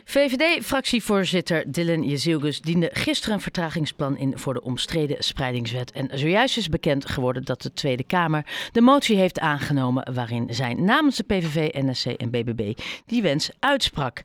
VVD-fractievoorzitter Dylan Jezielgus diende gisteren een vertragingsplan in voor de omstreden spreidingswet. En zojuist is bekend geworden dat de Tweede Kamer de motie heeft aangenomen waarin zij namens de PVV, NSC en BBB die wens uitsprak.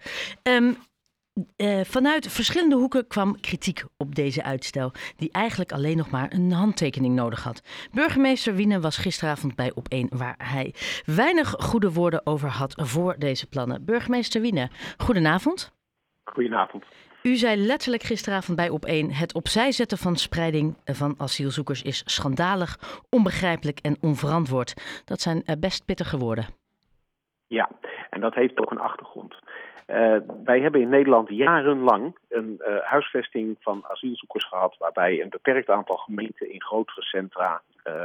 Vanuit verschillende hoeken kwam kritiek op deze uitstel, die eigenlijk alleen nog maar een handtekening nodig had. Burgemeester Wiene was gisteravond bij Op1, waar hij weinig goede woorden over had voor deze plannen. Burgemeester Wiene, goedenavond. Goedenavond. U zei letterlijk gisteravond bij Op1: het opzij zetten van spreiding van asielzoekers is schandalig, onbegrijpelijk en onverantwoord. Dat zijn best pittige woorden. Ja, en dat heeft ook een achtergrond. Wij hebben in Nederland jarenlang een huisvesting van asielzoekers gehad, waarbij een beperkt aantal gemeenten in grotere centra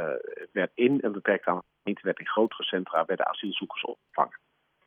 werden asielzoekers opgevangen.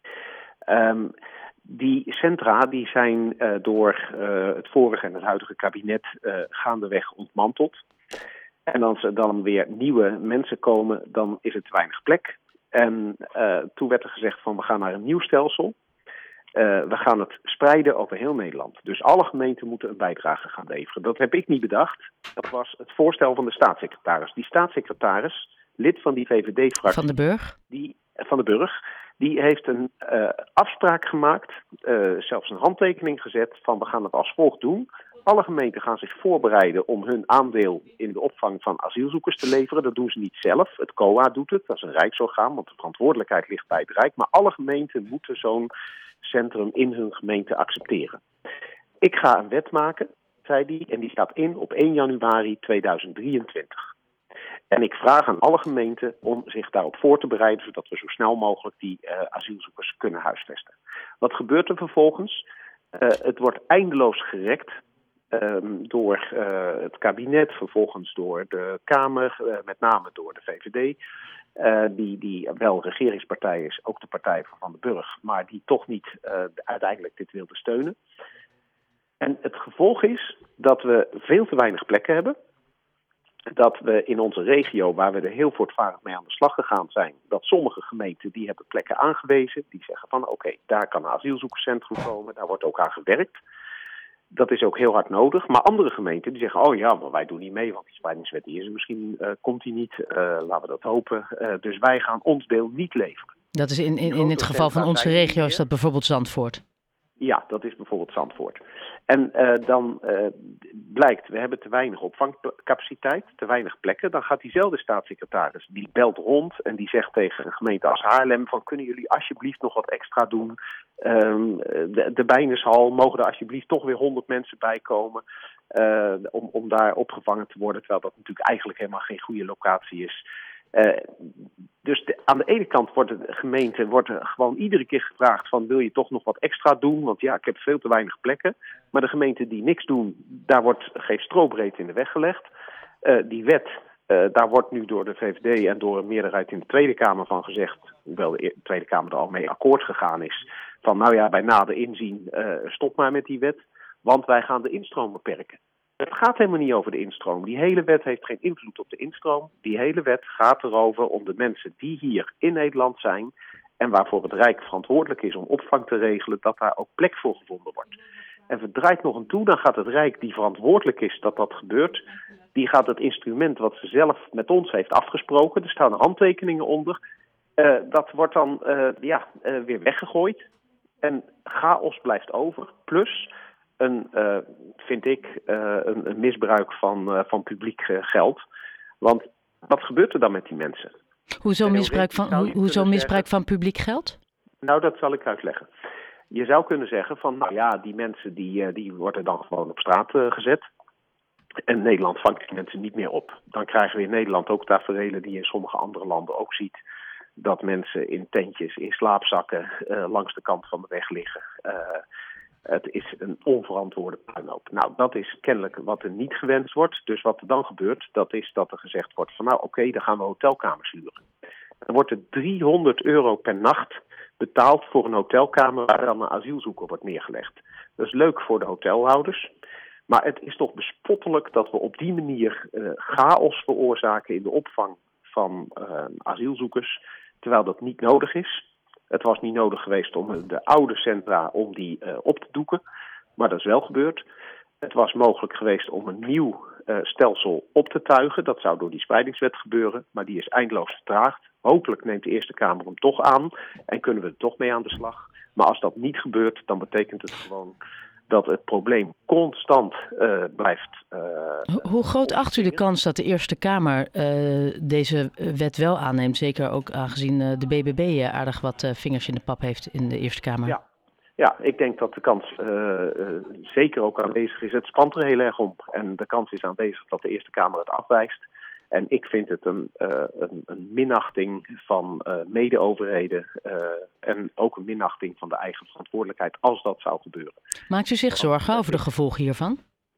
Die centra die zijn door het vorige en het huidige kabinet gaandeweg ontmanteld. En als er dan weer nieuwe mensen komen, dan is er te weinig plek. En toen werd er gezegd van we gaan naar een nieuw stelsel. We gaan het spreiden over heel Nederland. Dus alle gemeenten moeten een bijdrage gaan leveren. Dat heb ik niet bedacht. Dat was het voorstel van de staatssecretaris. Die staatssecretaris, lid van die VVD-fractie... Van de Burg. Die heeft een afspraak gemaakt, zelfs een handtekening gezet van we gaan het als volgt doen. Alle gemeenten gaan zich voorbereiden om hun aandeel in de opvang van asielzoekers te leveren. Dat doen ze niet zelf. Het COA doet het. Dat is een rijksorgaan, want de verantwoordelijkheid ligt bij het Rijk. Maar alle gemeenten moeten zo'n centrum in hun gemeente accepteren. Ik ga een wet maken, zei hij, en die staat in op 1 januari 2023. En ik vraag aan alle gemeenten om zich daarop voor te bereiden, zodat we zo snel mogelijk die asielzoekers kunnen huisvesten. Wat gebeurt er vervolgens? Het wordt eindeloos gerekt door het kabinet, vervolgens door de Kamer, met name door de VVD. Die wel regeringspartij is, ook de partij van de Burg, maar die toch niet uiteindelijk dit wilde steunen. En het gevolg is dat we veel te weinig plekken hebben. Dat we in onze regio, waar we er heel voortvarend mee aan de slag gegaan zijn, dat sommige gemeenten die hebben plekken aangewezen. Die zeggen van oké, daar kan een asielzoekerscentrum komen, daar wordt ook aan gewerkt. Dat is ook heel hard nodig. Maar andere gemeenten die zeggen, oh ja, maar wij doen niet mee, want die spreidingswet die is er misschien, komt die niet. Laten we dat hopen. Dus wij gaan ons deel niet leveren. Dat is in het geval van onze regio is dat bijvoorbeeld Zandvoort. Ja, dat is bijvoorbeeld Zandvoort. En dan blijkt, we hebben te weinig opvangcapaciteit, te weinig plekken. Dan gaat diezelfde staatssecretaris, die belt rond en die zegt tegen een gemeente als Haarlem van kunnen jullie alsjeblieft nog wat extra doen? De Bijnershal, mogen er alsjeblieft toch weer 100 mensen bij komen om daar opgevangen te worden, terwijl dat natuurlijk eigenlijk helemaal geen goede locatie is. Dus aan de ene kant wordt de gemeente gewoon iedere keer gevraagd van wil je toch nog wat extra doen? Want ja, ik heb veel te weinig plekken. Maar de gemeenten die niks doen, daar wordt geen strobreed in de weg gelegd. Die wet, daar wordt nu door de VVD en door een meerderheid in de Tweede Kamer van gezegd, hoewel de Tweede Kamer er al mee akkoord gegaan is, van nou ja, bij nader inzien stop maar met die wet, want wij gaan de instroom beperken. Het gaat helemaal niet over de instroom. Die hele wet heeft geen invloed op de instroom. Die hele wet gaat erover om de mensen die hier in Nederland zijn en waarvoor het Rijk verantwoordelijk is om opvang te regelen, dat daar ook plek voor gevonden wordt. En verdraait nog een toe, dan gaat het Rijk die verantwoordelijk is dat dat gebeurt, die gaat het instrument wat ze zelf met ons heeft afgesproken, er staan handtekeningen onder, dat wordt dan weer weggegooid en chaos blijft over. Plus vind ik een misbruik van publiek geld. Want wat gebeurt er dan met die mensen? Hoezo misbruik van publiek geld? Nou, dat zal ik uitleggen. Je zou kunnen zeggen van, nou ja, die mensen die worden dan gewoon op straat gezet. En Nederland vangt die mensen niet meer op. Dan krijgen we in Nederland ook taferelen die je in sommige andere landen ook ziet. Dat mensen in tentjes, in slaapzakken langs de kant van de weg liggen. Het is een onverantwoorde puinhoop. Nou, dat is kennelijk wat er niet gewenst wordt. Dus wat er dan gebeurt, dat is dat er gezegd wordt van nou oké, dan gaan we hotelkamers huren. Dan wordt er €300 per nacht betaald voor een hotelkamer waar dan een asielzoeker wordt neergelegd. Dat is leuk voor de hotelhouders. Maar het is toch bespottelijk dat we op die manier chaos veroorzaken in de opvang van asielzoekers, terwijl dat niet nodig is. Het was niet nodig geweest om de oude centra om die op te doeken, maar dat is wel gebeurd. Het was mogelijk geweest om een nieuw stelsel op te tuigen. Dat zou door die spreidingswet gebeuren, maar die is eindeloos vertraagd. Hopelijk neemt de Eerste Kamer hem toch aan en kunnen we er toch mee aan de slag. Maar als dat niet gebeurt, dan betekent het gewoon dat het probleem constant blijft. Hoe groot acht u de kans dat de Eerste Kamer deze wet wel aanneemt? Zeker ook aangezien de BBB aardig wat vingers in de pap heeft in de Eerste Kamer. Ja, ik denk dat de kans zeker ook aanwezig is. Het spant er heel erg om. En de kans is aanwezig dat de Eerste Kamer het afwijst. En ik vind het een minachting van mede-overheden en ook een minachting van de eigen verantwoordelijkheid als dat zou gebeuren. Maakt u zich zorgen over de gevolgen hiervan?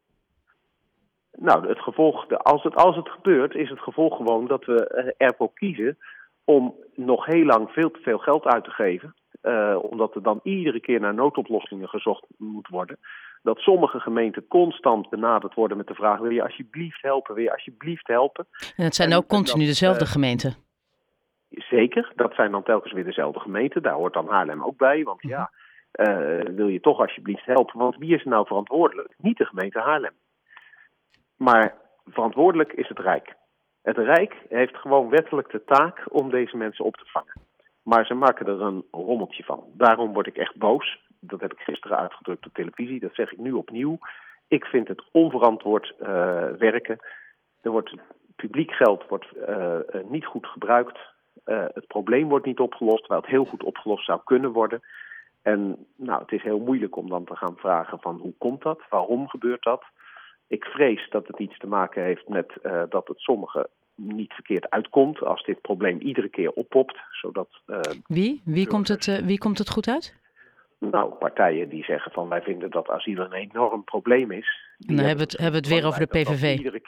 Nou, het gevolg, als het gebeurt, is het gevolg gewoon dat we ervoor kiezen om nog heel lang veel te veel geld uit te geven. Omdat er dan iedere keer naar noodoplossingen gezocht moet worden. Dat sommige gemeenten constant benaderd worden met de vraag: wil je alsjeblieft helpen, wil je alsjeblieft helpen? En het zijn ook continu dezelfde gemeenten. Zeker, dat zijn dan telkens weer dezelfde gemeenten. Daar hoort dan Haarlem ook bij, want wil je toch alsjeblieft helpen? Want wie is er nou verantwoordelijk? Niet de gemeente Haarlem. Maar verantwoordelijk is het Rijk. Het Rijk heeft gewoon wettelijk de taak om deze mensen op te vangen. Maar ze maken er een rommeltje van. Daarom word ik echt boos. Dat heb ik gisteren uitgedrukt op televisie. Dat zeg ik nu opnieuw. Ik vind het onverantwoord werken. Publiek geld wordt niet goed gebruikt. Het probleem wordt niet opgelost, terwijl het heel goed opgelost zou kunnen worden. En het is heel moeilijk om dan te gaan vragen van hoe komt dat? Waarom gebeurt dat? Ik vrees dat het iets te maken heeft met dat het sommigen niet verkeerd uitkomt als dit probleem iedere keer oppopt. Zodat, Wie komt het goed uit? Nou, partijen die zeggen van wij vinden dat asiel een enorm probleem is. En dan hebben we het weer over de PVV.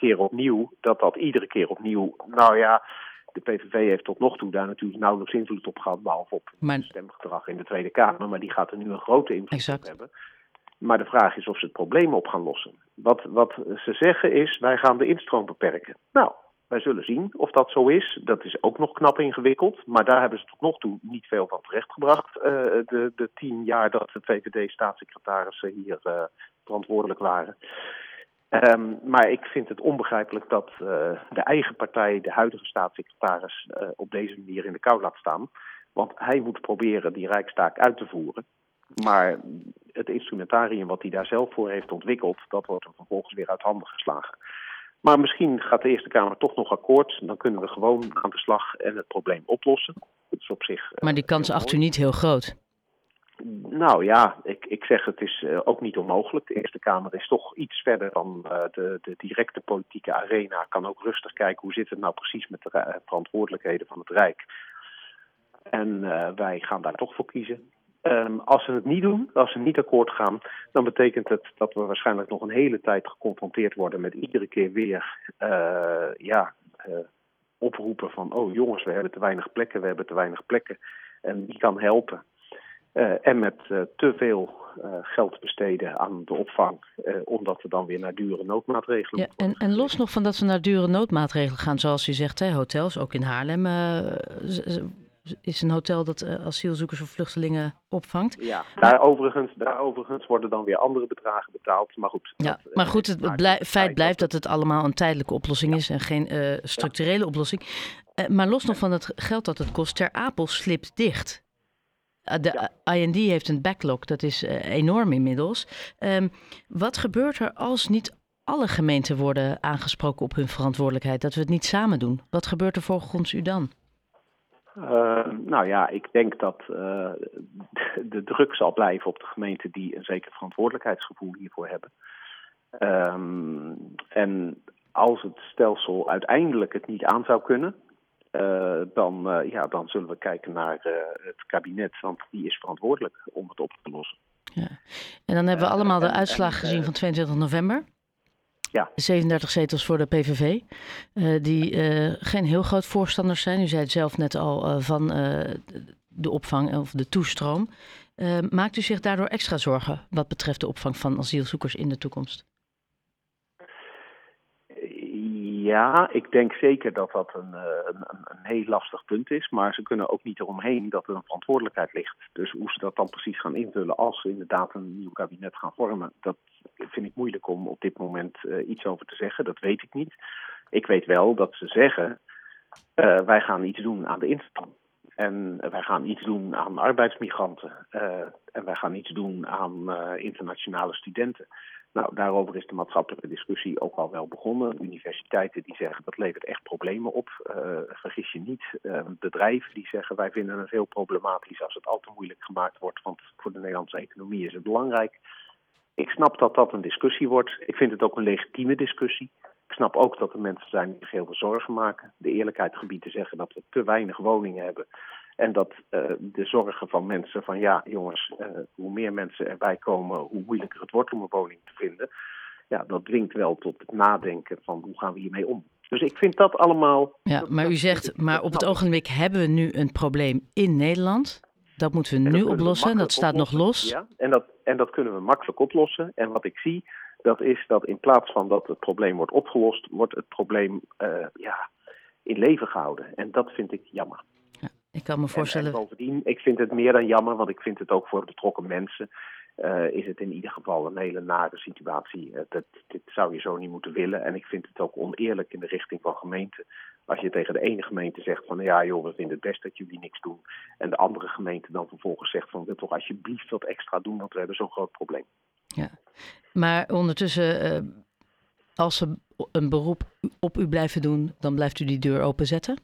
Dat iedere keer opnieuw. Nou ja, de PVV heeft tot nog toe daar natuurlijk nauwelijks invloed op gehad, behalve op het stemgedrag in de Tweede Kamer. Maar die gaat er nu een grote invloed op hebben. Maar de vraag is of ze het probleem op gaan lossen. Wat ze zeggen is, wij gaan de instroom beperken. Nou, wij zullen zien of dat zo is. Dat is ook nog knap ingewikkeld. Maar daar hebben ze tot nog toe niet veel van terechtgebracht. De 10 jaar dat de VVD-staatssecretarissen hier verantwoordelijk waren. Maar ik vind het onbegrijpelijk dat de eigen partij de huidige staatssecretaris op deze manier in de kou laat staan. Want hij moet proberen die rijkstaak uit te voeren. Maar het instrumentarium wat hij daar zelf voor heeft ontwikkeld, dat wordt hem vervolgens weer uit handen geslagen. Maar misschien gaat de Eerste Kamer toch nog akkoord. Dan kunnen we gewoon aan de slag en het probleem oplossen. Dat is op zich, maar die kans acht u niet heel groot? Nou ja, ik zeg het is ook niet onmogelijk. De Eerste Kamer is toch iets verder dan de directe politieke arena. Kan ook rustig kijken hoe zit het nou precies met de verantwoordelijkheden van het Rijk. En wij gaan daar toch voor kiezen. Als ze het niet doen, als ze niet akkoord gaan, dan betekent het dat we waarschijnlijk nog een hele tijd geconfronteerd worden met iedere keer weer oproepen van oh jongens, we hebben te weinig plekken en wie kan helpen. En met te veel geld besteden aan de opvang, omdat we dan weer naar dure noodmaatregelen moeten. En los nog van dat we naar dure noodmaatregelen gaan, zoals u zegt, hotels, ook in Haarlem is een hotel dat asielzoekers of vluchtelingen opvangt. Ja, daar overigens worden dan weer andere bedragen betaald. Maar goed, het feit blijft dat het allemaal een tijdelijke oplossing is en geen structurele oplossing. Maar los nog van het geld dat het kost, Ter Apel slipt dicht. De IND heeft een backlog, dat is enorm inmiddels. Wat gebeurt er als niet alle gemeenten worden aangesproken op hun verantwoordelijkheid, dat we het niet samen doen? Wat gebeurt er volgens u dan? Ik denk dat de druk zal blijven op de gemeenten die een zeker verantwoordelijkheidsgevoel hiervoor hebben. En als het stelsel uiteindelijk het niet aan zou kunnen, dan zullen we kijken naar het kabinet, want die is verantwoordelijk om het op te lossen. Ja. En dan hebben we allemaal de uitslagen gezien van 22 november. Ja. 37 zetels voor de PVV, die geen heel groot voorstanders zijn. U zei het zelf net al van de opvang of de toestroom. Maakt u zich daardoor extra zorgen wat betreft de opvang van asielzoekers in de toekomst? Ja, ik denk zeker dat dat een heel lastig punt is. Maar ze kunnen ook niet eromheen dat er een verantwoordelijkheid ligt. Dus hoe ze dat dan precies gaan invullen als ze inderdaad een nieuw kabinet gaan vormen, dat vind ik moeilijk om op dit moment iets over te zeggen. Dat weet ik niet. Ik weet wel dat ze zeggen, wij gaan iets doen aan de instroom. En wij gaan iets doen aan arbeidsmigranten. En wij gaan iets doen aan internationale studenten. Nou, daarover is de maatschappelijke discussie ook al wel begonnen. Universiteiten die zeggen dat levert echt problemen op. Vergis je niet. Bedrijven die zeggen wij vinden het heel problematisch als het al te moeilijk gemaakt wordt. Want voor de Nederlandse economie is het belangrijk. Ik snap dat dat een discussie wordt. Ik vind het ook een legitieme discussie. Ik snap ook dat er mensen zijn die zich heel veel zorgen maken. De eerlijkheid gebiedt te zeggen dat we te weinig woningen hebben. En dat de zorgen van mensen van ja jongens, hoe meer mensen erbij komen, hoe moeilijker het wordt om een woning te vinden. Ja, dat dwingt wel tot het nadenken van hoe gaan we hiermee om. Dus ik vind dat allemaal... Ja, maar u zegt, maar op het ogenblik hebben we nu een probleem in Nederland. Dat moeten we nu oplossen, dat staat nog los. Ja, en dat kunnen we makkelijk oplossen. En wat ik zie, dat is dat in plaats van dat het probleem wordt opgelost, wordt het probleem in leven gehouden. En dat vind ik jammer. Ja, ik kan me voorstellen... En bovendien, ik vind het meer dan jammer, want ik vind het ook voor betrokken mensen... is het in ieder geval een hele nare situatie. Dit zou je zo niet moeten willen. En ik vind het ook oneerlijk in de richting van gemeenten. Als je tegen de ene gemeente zegt van ja joh, we vinden het best dat jullie niks doen. En de andere gemeente dan vervolgens zegt van wil toch alsjeblieft wat extra doen, want we hebben zo'n groot probleem. Ja, maar ondertussen, als ze een beroep op u blijven doen, dan blijft u die deur openzetten?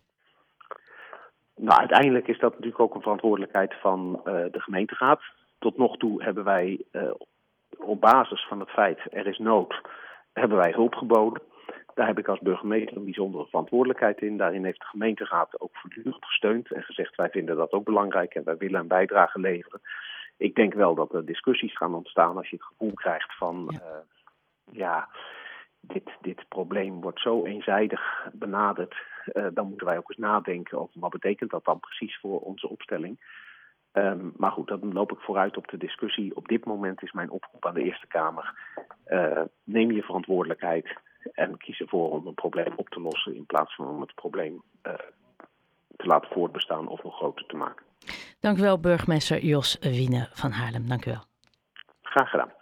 Nou, uiteindelijk is dat natuurlijk ook een verantwoordelijkheid van de gemeenteraad. Tot nog toe hebben wij op basis van het feit er is nood, hebben wij hulp geboden. Daar heb ik als burgemeester een bijzondere verantwoordelijkheid in. Daarin heeft de gemeenteraad ook voortdurend gesteund en gezegd wij vinden dat ook belangrijk en wij willen een bijdrage leveren. Ik denk wel dat er discussies gaan ontstaan als je het gevoel krijgt van dit probleem wordt zo eenzijdig benaderd. Dan moeten wij ook eens nadenken over wat betekent dat dan precies voor onze opstelling. Maar goed, dan loop ik vooruit op de discussie. Op dit moment is mijn oproep aan de Eerste Kamer. Neem je verantwoordelijkheid en kies ervoor om een probleem op te lossen in plaats van om het probleem te laten voortbestaan of nog groter te maken. Dank u wel, burgemeester Jos Wiene van Haarlem. Dank u wel. Graag gedaan.